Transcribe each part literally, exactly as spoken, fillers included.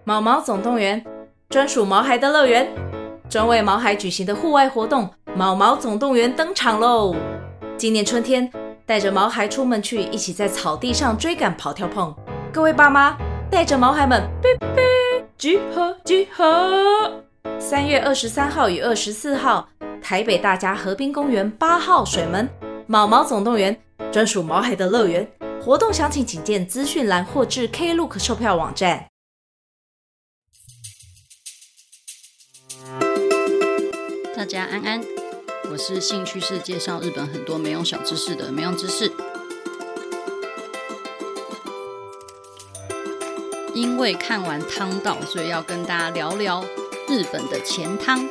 毛毛总动员，专属毛孩的乐园，专为毛孩举行的户外活动毛毛总动员登场喽！今年春天，带着毛孩出门去，一起在草地上追赶跑跳碰。各位爸妈，带着毛孩们，哔哔，集合集合！三月二十三号与二十四号，台北大家河滨公园八号水门毛毛总动员，专属毛孩的乐园。活动详情请见资讯栏或至 Klook 售票网站。 大家安安，我是兴趣是介绍日本很多没用小知识的没用知识。因为看完汤道，所以要跟大家聊聊日本的钱汤。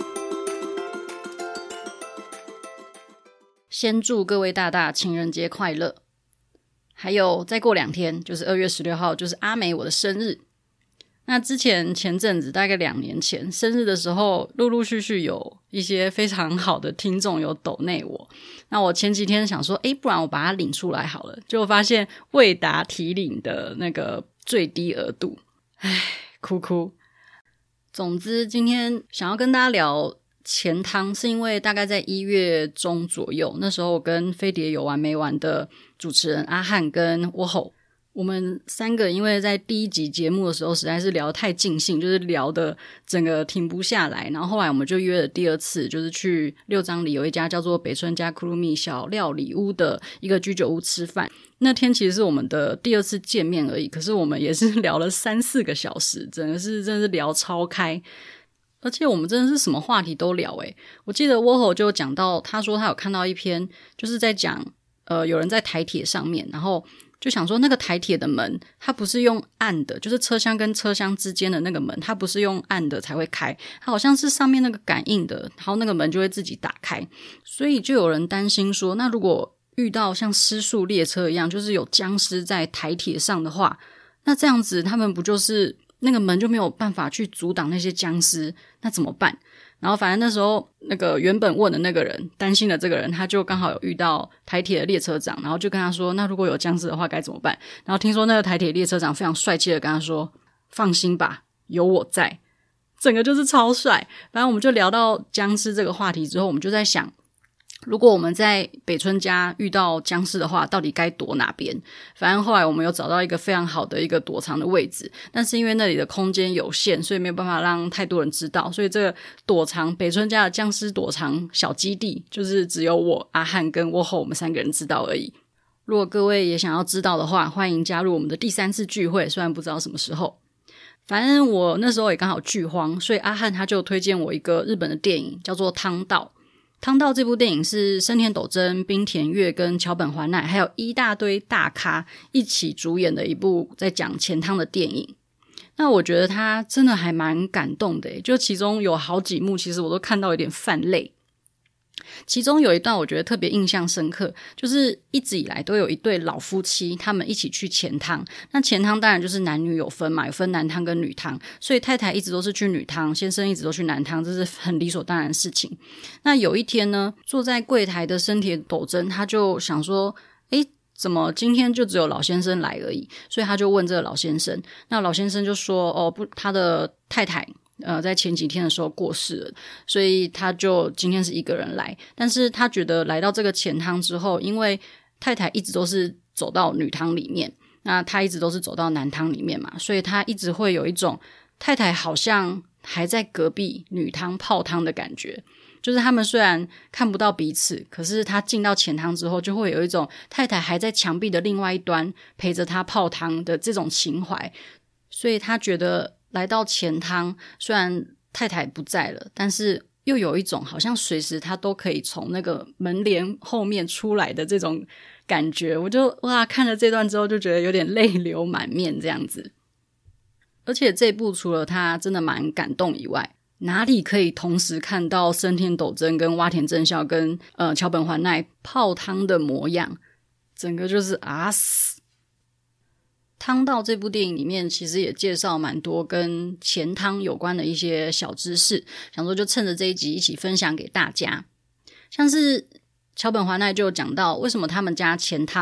先祝各位大大情人节快乐！还有再过两天就是二月十六号，就是阿美我的生日。那之前前阵子大概两年前生日的时候，陆陆续续有一些非常好的听众有抖内我。那我前几天想说诶不然我把它领出来好了，结果发现未达提领的那个最低额度，唉哭哭。总之今天想要跟大家聊钱汤，是因为大概在一月中左右，那时候我跟飞碟有完没完的主持人阿汉跟我吼，我们三个因为在第一集节目的时候实在是聊得太尽兴，就是聊的整个停不下来，然后后来我们就约了第二次，就是去六张里有一家叫做北村家库鲁米小料理屋的一个居酒屋吃饭。那天其实是我们的第二次见面而已，可是我们也是聊了三四个小时，真的是真的是聊超开，而且我们真的是什么话题都聊诶。我记得沃吼就讲到，他说他有看到一篇就是在讲呃有人在台铁上面，然后就想说那个台铁的门它不是用按的，就是车厢跟车厢之间的那个门它不是用按的才会开，它好像是上面那个感应的，然后那个门就会自己打开。所以就有人担心说，那如果遇到像失速列车一样，就是有僵尸在台铁上的话，那这样子他们不就是那个门就没有办法去阻挡那些僵尸，那怎么办？然后反正那时候那个原本问的那个人担心的这个人，他就刚好有遇到台铁的列车长，然后就跟他说那如果有僵尸的话该怎么办。然后听说那个台铁列车长非常帅气的跟他说放心吧，有我在，整个就是超帅。反正我们就聊到僵尸这个话题之后，我们就在想如果我们在北村家遇到僵尸的话到底该躲哪边。反正后来我们有找到一个非常好的一个躲藏的位置，但是因为那里的空间有限，所以没有办法让太多人知道，所以这个躲藏北村家的僵尸躲藏小基地就是只有我阿汉跟沃吼我们三个人知道而已。如果各位也想要知道的话，欢迎加入我们的第三次聚会，虽然不知道什么时候。反正我那时候也刚好剧荒，所以阿汉他就推荐我一个日本的电影叫做汤道。汤道这部电影是生田斗真、滨田月跟桥本环奈还有一大堆大咖一起主演的一部在讲钱汤的电影。那我觉得他真的还蛮感动的耶，就其中有好几幕其实我都看到有点泛泪。其中有一段我觉得特别印象深刻，就是一直以来都有一对老夫妻他们一起去钱汤。那钱汤当然就是男女有分嘛，有分男汤跟女汤，所以太太一直都是去女汤，先生一直都去男汤，这是很理所当然的事情。那有一天呢，坐在柜台的生田斗真他就想说诶怎么今天就只有老先生来而已，所以他就问这个老先生，那老先生就说哦不，他的太太呃，在前几天的时候过世了，所以他就今天是一个人来。但是他觉得来到这个钱汤之后，因为太太一直都是走到女汤里面，那他一直都是走到男汤里面嘛，所以他一直会有一种太太好像还在隔壁女汤泡汤的感觉。就是他们虽然看不到彼此，可是他进到钱汤之后就会有一种太太还在墙壁的另外一端陪着他泡汤的这种情怀。所以他觉得来到钱汤，虽然太太不在了，但是又有一种好像随时他都可以从那个门帘后面出来的这种感觉。我就哇看了这段之后就觉得有点泪流满面这样子。而且这部除了他真的蛮感动以外，哪里可以同时看到生田斗真跟洼田正孝跟呃桥本环奈泡汤的模样，整个就是啊死。汤道这部电影里面其实也介绍蛮多跟钱汤有关的一些小知识，想说就趁着这一集一起分享给大家。像是桥本环奈就有讲到为什么他们家钱汤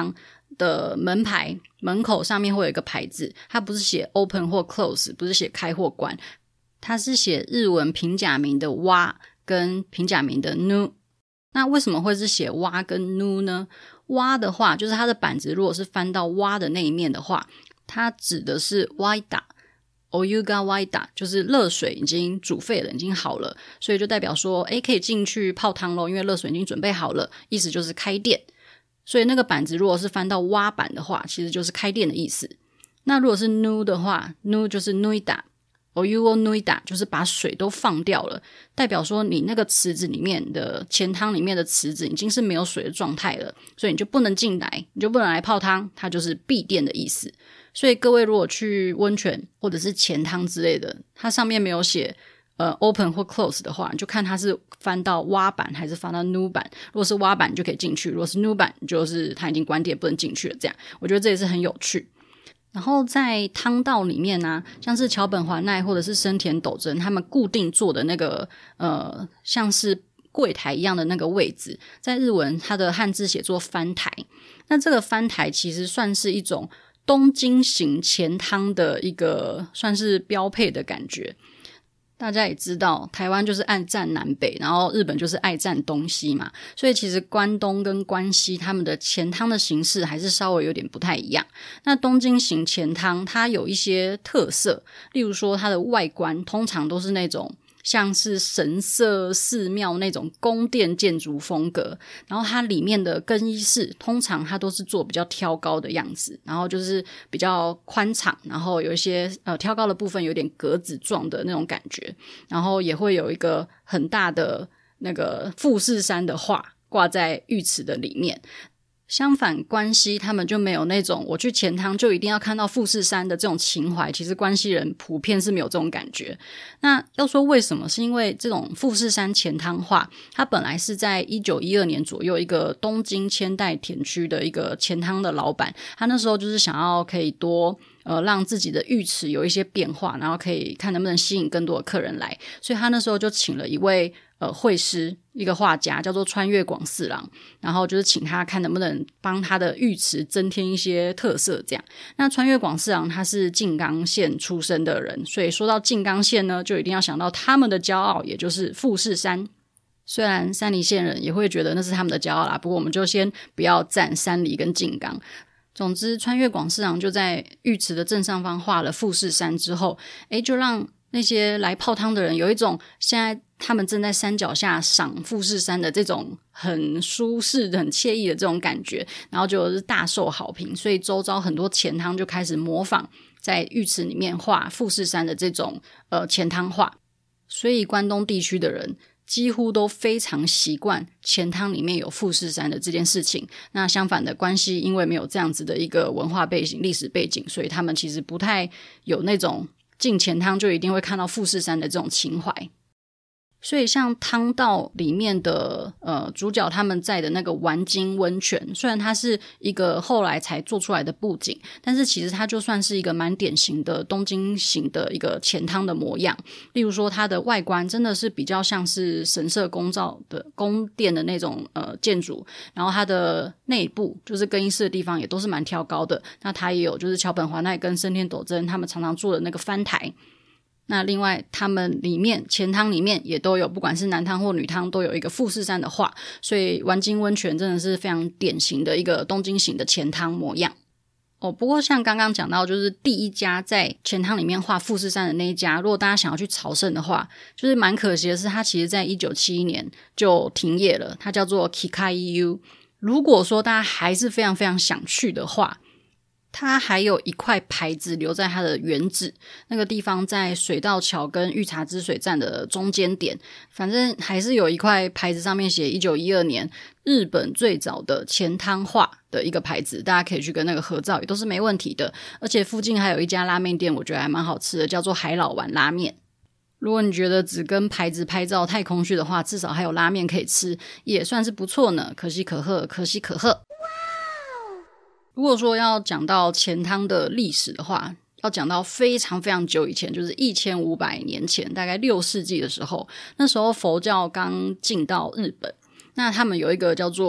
的门牌门口上面会有一个牌子，它不是写 open 或 close， 不是写开或关，它是写日文平假名的哇跟平假名的 nu。 那为什么会是写哇跟 nu 呢？哇的话就是它的板子如果是翻到哇的那一面的话，它指的是 waida oyuga waida， 就是热水已经煮沸了，已经好了，所以就代表说诶可以进去泡汤咯，因为热水已经准备好了，意思就是开店。所以那个板子如果是翻到挖板的话，其实就是开店的意思。那如果是 nu 的话， nu 就是 nuida oyuo nuida， 就是把水都放掉了，代表说你那个池子里面的钱汤里面的池子已经是没有水的状态了，所以你就不能进来，你就不能来泡汤，它就是闭店的意思。所以各位如果去温泉或者是钱汤之类的，它上面没有写呃 open 或 close 的话，你就看它是翻到挖板还是翻到 nu 板。如果是挖板就可以进去，如果是 nu 板就是它已经关店不能进去了，这样我觉得这也是很有趣。然后在汤道里面啊，像是桥本环奈或者是生田斗真他们固定坐的那个呃像是柜台一样的那个位置，在日文它的汉字写作翻台。那这个翻台其实算是一种东京型钱汤的一个算是标配的感觉。大家也知道台湾就是爱占南北，然后日本就是爱占东西嘛，所以其实关东跟关西他们的钱汤的形式还是稍微有点不太一样。那东京型钱汤它有一些特色，例如说它的外观通常都是那种像是神社寺庙那种宫殿建筑风格，然后它里面的更衣室通常它都是做比较挑高的样子，然后就是比较宽敞，然后有一些呃挑高的部分有点格子状的那种感觉，然后也会有一个很大的那个富士山的画挂在浴池的里面。相反关西他们就没有那种我去钱汤就一定要看到富士山的这种情怀，其实关西人普遍是没有这种感觉。那要说为什么，是因为这种富士山钱汤画它本来是在一九一二年左右一个东京千代田区的一个钱汤的老板，他那时候就是想要可以多呃，让自己的浴池有一些变化，然后可以看能不能吸引更多的客人来，所以他那时候就请了一位呃绘师，一个画家叫做川越广四郎，然后就是请他看能不能帮他的浴池增添一些特色这样。那川越广四郎他是静冈县出生的人，所以说到静冈县呢，就一定要想到他们的骄傲，也就是富士山。虽然山梨县人也会觉得那是他们的骄傲啦，不过我们就先不要赞山梨跟静冈。总之川越广四郎就在浴池的正上方画了富士山之后，诶就让那些来泡汤的人有一种现在他们正在山脚下赏富士山的这种很舒适的很惬意的这种感觉，然后就是大受好评，所以周遭很多钱汤就开始模仿在浴池里面画富士山的这种呃钱汤画，所以关东地区的人几乎都非常习惯钱汤里面有富士山的这件事情。那相反的关系因为没有这样子的一个文化背景历史背景，所以他们其实不太有那种进钱汤就一定会看到富士山的这种情怀。所以像汤道里面的呃主角他们在的那个丸金温泉，虽然它是一个后来才做出来的布景，但是其实它就算是一个蛮典型的东京型的一个钱汤的模样。例如说它的外观真的是比较像是神社宫造的宫殿的那种呃建筑，然后它的内部就是更衣室的地方也都是蛮挑高的，那它也有就是桥本环奈跟生田斗真他们常常做的那个翻台。那另外他们里面钱汤里面也都有，不管是男汤或女汤都有一个富士山的画，所以丸金温泉真的是非常典型的一个东京型的钱汤模样哦。不过像刚刚讲到就是第一家在钱汤里面画富士山的那一家，如果大家想要去朝圣的话，就是蛮可惜的是它其实在一九七一年就停业了，它叫做 Kikaiu。 如果说大家还是非常非常想去的话，它还有一块牌子留在它的原址，那个地方在水道桥跟御茶之水站的中间点，反正还是有一块牌子上面写一九一二年日本最早的钱汤画的一个牌子，大家可以去跟那个合照也都是没问题的。而且附近还有一家拉面店我觉得还蛮好吃的，叫做海老丸拉面。如果你觉得只跟牌子拍照太空虚的话，至少还有拉面可以吃，也算是不错呢。可喜可贺，可喜可贺。如果说要讲到钱汤的历史的话，要讲到非常非常久以前，就是一千五百年前，大概六世纪的时候，那时候佛教刚进到日本，那他们有一个叫做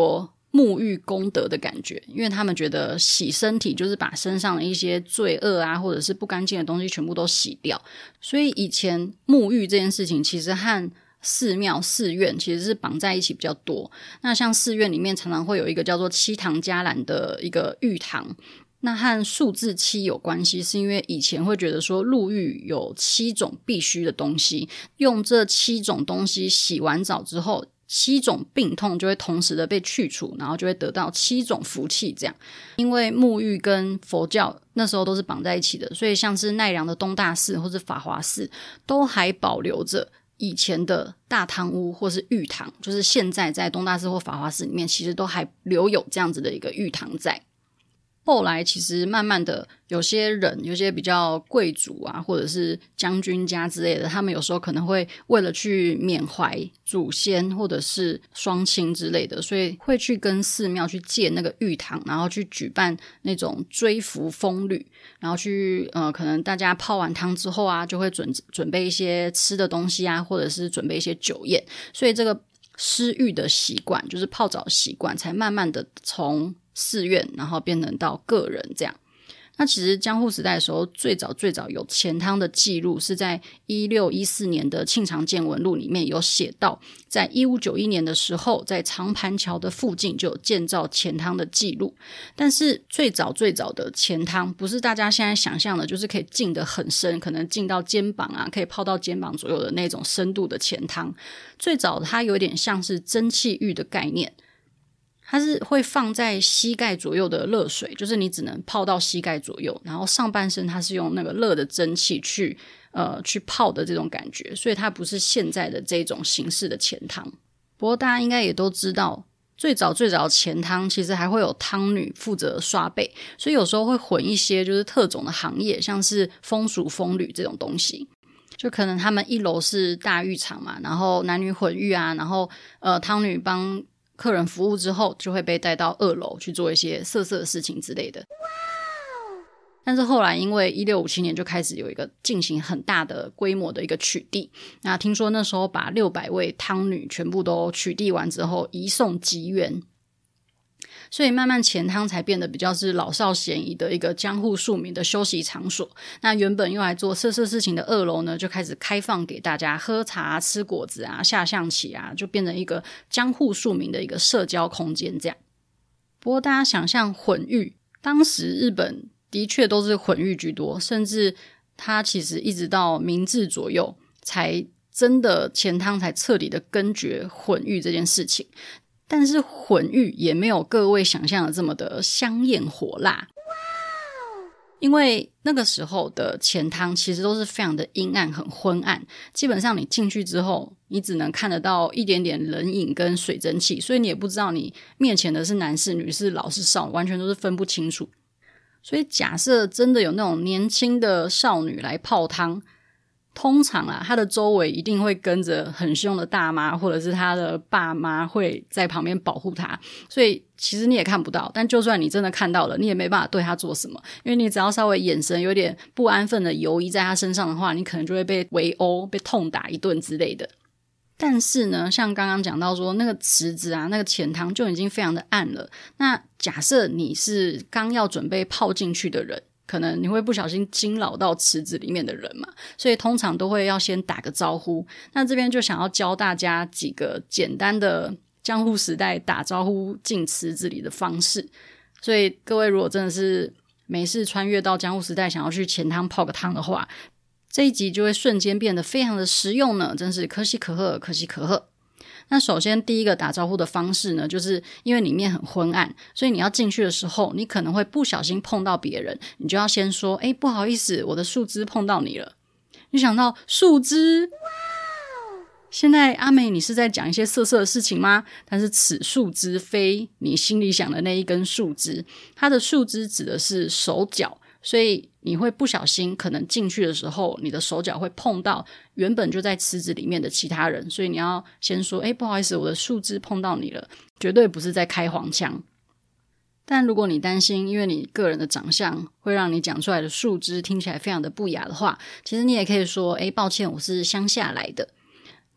沐浴功德的感觉，因为他们觉得洗身体就是把身上的一些罪恶啊或者是不干净的东西全部都洗掉，所以以前沐浴这件事情其实和寺庙寺院其实是绑在一起比较多。那像寺院里面常常会有一个叫做七堂伽蓝的一个浴堂，那和数字七有关系，是因为以前会觉得说入浴有七种必须的东西，用这七种东西洗完澡之后，七种病痛就会同时的被去除，然后就会得到七种福气这样。因为沐浴跟佛教那时候都是绑在一起的，所以像是奈良的东大寺或是法华寺都还保留着以前的大汤屋或是浴堂，就是现在在东大寺或法华寺里面其实都还留有这样子的一个浴堂在。后来其实慢慢的有些人有些比较贵族啊或者是将军家之类的，他们有时候可能会为了去缅怀祖先或者是双亲之类的，所以会去跟寺庙去借那个浴堂，然后去举办那种追扶风旅，然后去呃，可能大家泡完汤之后啊就会准准备一些吃的东西啊，或者是准备一些酒宴，所以这个施浴的习惯就是泡澡习惯才慢慢的从寺院然后变成到个人这样。那其实江户时代的时候最早最早有钱汤的记录是在一六一四年的庆长见闻录里面有写到，在一五九一年的时候在长盘桥的附近就有建造钱汤的记录。但是最早最早的钱汤不是大家现在想象的就是可以浸得很深，可能浸到肩膀啊，可以泡到肩膀左右的那种深度的钱汤。最早它有点像是蒸汽浴的概念，它是会放在膝盖左右的热水，就是你只能泡到膝盖左右，然后上半身它是用那个热的蒸汽去呃去泡的这种感觉，所以它不是现在的这种形式的钱汤。不过大家应该也都知道，最早最早的钱汤其实还会有汤女负责刷背，所以有时候会混一些就是特种的行业，像是风俗风旅这种东西。就可能他们一楼是大浴场嘛，然后男女混浴啊，然后呃汤女帮客人服务之后就会被带到二楼去做一些色色的事情之类的。但是后来因为一六五七年就开始有一个进行很大的规模的一个取缔，那听说那时候把六百位汤女全部都取缔完之后移送吉原，所以慢慢钱汤才变得比较是老少咸宜的一个江户庶民的休息场所。那原本用来做色色事情的二楼呢，就开始开放给大家喝茶、吃果子啊、下象棋啊，就变成一个江户庶民的一个社交空间这样。不过大家想象混浴，当时日本的确都是混浴居多，甚至它其实一直到明治左右才真的钱汤才彻底的根绝混浴这件事情。但是混浴也没有各位想象的这么的香艳火辣，因为那个时候的钱汤其实都是非常的阴暗很昏暗，基本上你进去之后你只能看得到一点点人影跟水蒸气，所以你也不知道你面前的是男是女是老是少，完全都是分不清楚。所以假设真的有那种年轻的少女来泡汤，通常啊，他的周围一定会跟着很凶的大妈，或者是他的爸妈会在旁边保护他，所以其实你也看不到。但就算你真的看到了，你也没办法对他做什么，因为你只要稍微眼神有点不安分的游移在他身上的话，你可能就会被围殴、被痛打一顿之类的。但是呢，像刚刚讲到说那个池子啊，那个钱汤就已经非常的暗了，那假设你是刚要准备泡进去的人，可能你会不小心惊扰到池子里面的人嘛，所以通常都会要先打个招呼。那这边就想要教大家几个简单的江户时代打招呼进池子里的方式，所以各位如果真的是没事穿越到江户时代想要去钱汤泡个汤的话，这一集就会瞬间变得非常的实用呢，真是可喜可贺可喜可贺。那首先第一个打招呼的方式呢，就是因为里面很昏暗，所以你要进去的时候你可能会不小心碰到别人，你就要先说诶不好意思，我的树枝碰到你了。你想到树枝，现在阿美你是在讲一些色色的事情吗？但是此树枝非你心里想的那一根树枝，它的树枝指的是手脚，所以你会不小心可能进去的时候你的手脚会碰到原本就在池子里面的其他人，所以你要先说诶不好意思，我的树枝碰到你了，绝对不是在开黄腔。但如果你担心因为你个人的长相会让你讲出来的树枝听起来非常的不雅的话，其实你也可以说诶抱歉，我是乡下来的。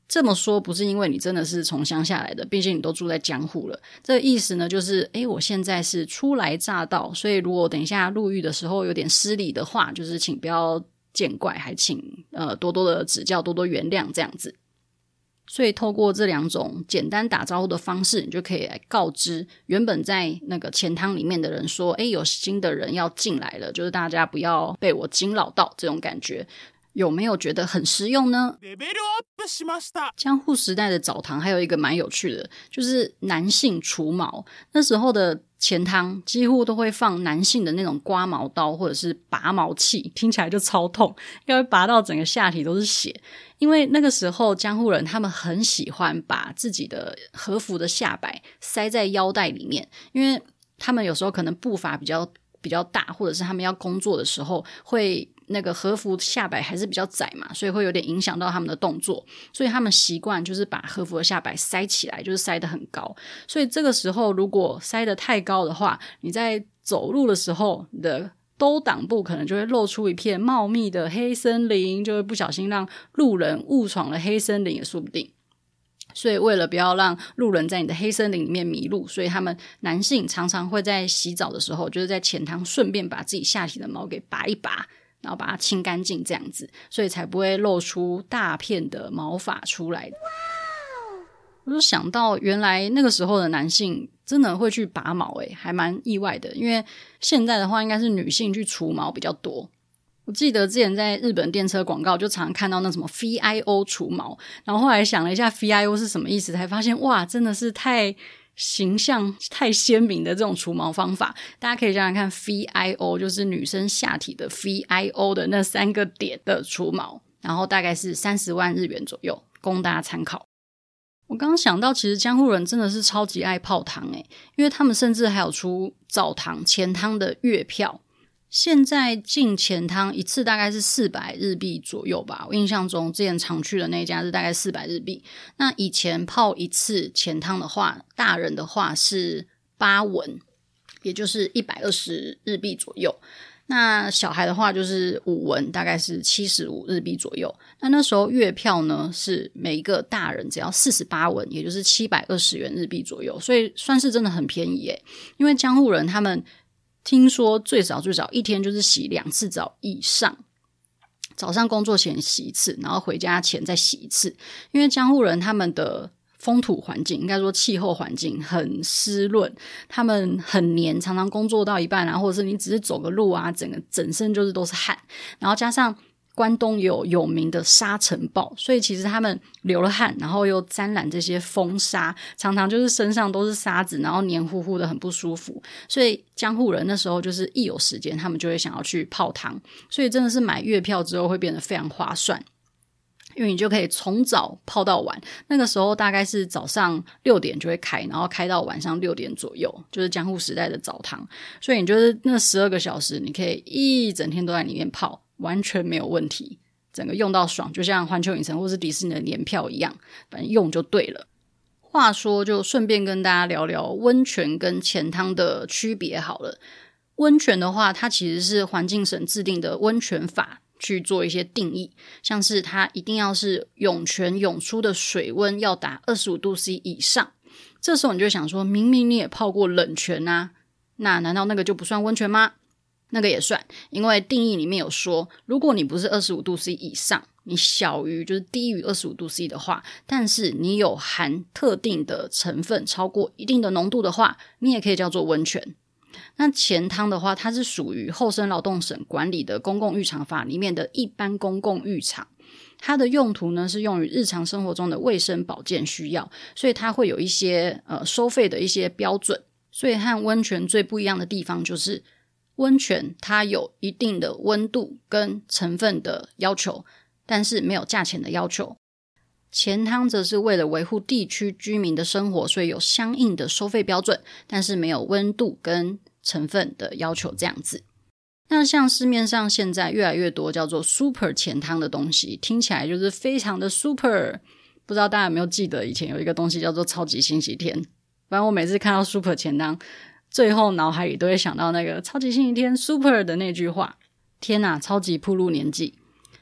这么说不是因为你真的是从乡下来的，毕竟你都住在江户了。这个意思呢，就是诶我现在是初来乍到，所以如果等一下入狱的时候有点失礼的话，就是请不要见怪，还请呃多多的指教，多多原谅这样子。所以透过这两种简单打招呼的方式，你就可以来告知原本在那个钱汤里面的人说，诶有新的人要进来了，就是大家不要被我惊扰到，这种感觉有没有觉得很实用呢？江户时代的澡堂还有一个蛮有趣的，就是男性除毛。那时候的钱汤几乎都会放男性的那种刮毛刀或者是拔毛器，听起来就超痛，应该会拔到整个下体都是血。因为那个时候江户人他们很喜欢把自己的和服的下摆塞在腰带里面，因为他们有时候可能步伐比较比较大，或者是他们要工作的时候会那个和服下摆还是比较窄嘛，所以会有点影响到他们的动作，所以他们习惯就是把和服的下摆塞起来，就是塞得很高。所以这个时候如果塞得太高的话，你在走路的时候你的兜裆部可能就会露出一片茂密的黑森林，就会不小心让路人误闯了黑森林也说不定。所以为了不要让路人在你的黑森林里面迷路，所以他们男性常常会在洗澡的时候，就是在钱汤顺便把自己下体的毛给拔一拔，然后把它清干净这样子，所以才不会露出大片的毛发出来。我就想到原来那个时候的男性真的会去拔毛诶，还蛮意外的，因为现在的话应该是女性去除毛比较多。我记得之前在日本电车广告就常看到那什么 V I O 除毛，然后后来想了一下 V I O 是什么意思，才发现哇真的是太形象太鲜明的这种除毛方法。大家可以想想看 V I O 就是女生下体的 V I O 的那三个点的除毛，然后大概是三十万日元左右，供大家参考。我刚刚想到其实江户人真的是超级爱泡汤诶，因为他们甚至还有出澡堂钱汤的月票。现在进钱汤一次大概是四百日币左右吧，我印象中之前常去的那家是大概四百日币。那以前泡一次钱汤的话，大人的话是八文，也就是一百二十日币左右。那小孩的话就是五文，大概是七十五日币左右。那那时候月票呢是每一个大人只要四十八文，也就是七百二十元日币左右，所以算是真的很便宜耶。因为江户人他们听说最少最少一天就是洗两次澡以上，早上工作前洗一次，然后回家前再洗一次。因为江户人他们的风土环境应该说气候环境很湿润，他们很黏，常常工作到一半啊，或者是你只是走个路啊，整个整身就是都是汗，然后加上关东有有名的沙尘暴，所以其实他们流了汗，然后又沾染这些风沙，常常就是身上都是沙子，然后黏糊糊的很不舒服。所以江户人那时候就是一有时间他们就会想要去泡汤，所以真的是买月票之后会变得非常划算，因为你就可以从早泡到晚。那个时候大概是早上六点就会开，然后开到晚上六点左右，就是江户时代的澡堂。所以你就是那十二个小时你可以一整天都在里面泡，完全没有问题，整个用到爽，就像环球影城或是迪士尼的年票一样，反正用就对了。话说就顺便跟大家聊聊温泉跟钱汤的区别好了。温泉的话它其实是环境省制定的温泉法去做一些定义，像是它一定要是涌泉涌出的水温要达二十五度 C 以上。这时候你就想说，明明你也泡过冷泉啊，那难道那个就不算温泉吗？那个也算，因为定义里面有说，如果你不是二十五度 C 以上，你小于就是低于二十五度 C 的话，但是你有含特定的成分超过一定的浓度的话，你也可以叫做温泉。那钱汤的话，它是属于厚生劳动省管理的公共浴场法里面的一般公共浴场，它的用途呢是用于日常生活中的卫生保健需要，所以它会有一些呃收费的一些标准。所以和温泉最不一样的地方就是温泉它有一定的温度跟成分的要求，但是没有价钱的要求。钱汤则是为了维护地区居民的生活，所以有相应的收费标准，但是没有温度跟成分的要求这样子。那像市面上现在越来越多叫做 super 钱汤的东西，听起来就是非常的 super。 不知道大家有没有记得以前有一个东西叫做超级星期天，反正我每次看到 super 钱汤最后脑海里都会想到那个超级星期天 super 的那句话。天哪，超级暴露年纪。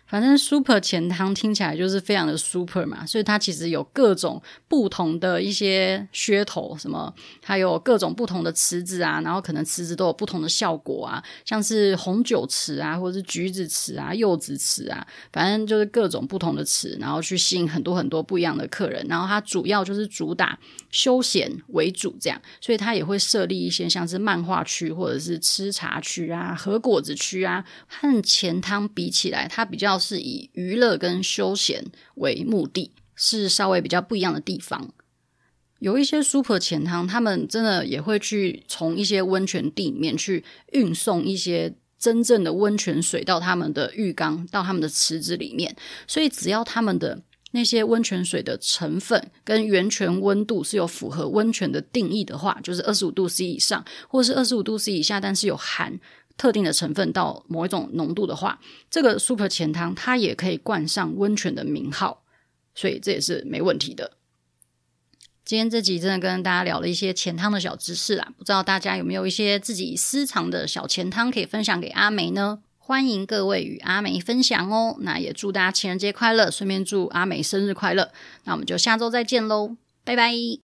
反正 super 钱汤听起来就是非常的 super 嘛，所以它其实有各种不同的一些噱头，什么还有各种不同的池子啊，然后可能池子都有不同的效果啊，像是红酒池啊，或者是橘子池啊，柚子池啊，反正就是各种不同的池，然后去吸引很多很多不一样的客人。然后它主要就是主打休闲为主这样，所以它也会设立一些像是漫画区或者是吃茶区啊、和果子区啊，和钱汤比起来，它比较是以娱乐跟休闲为目的，是稍微比较不一样的地方。有一些 super 钱汤他们真的也会去从一些温泉地里面去运送一些真正的温泉水到他们的浴缸，到他们的池子里面，所以只要他们的那些温泉水的成分跟源泉温度是有符合温泉的定义的话，就是 二十五度 C 以上或是 二十五度 C 以下，但是有含特定的成分到某一种浓度的话，这个 super 钱汤它也可以冠上温泉的名号，所以这也是没问题的。今天这集真的跟大家聊了一些钱汤的小知识啦，不知道大家有没有一些自己私藏的小钱汤可以分享给阿梅呢？欢迎各位与阿梅分享哦。那也祝大家情人节快乐，顺便祝阿梅生日快乐。那我们就下周再见咯，拜拜。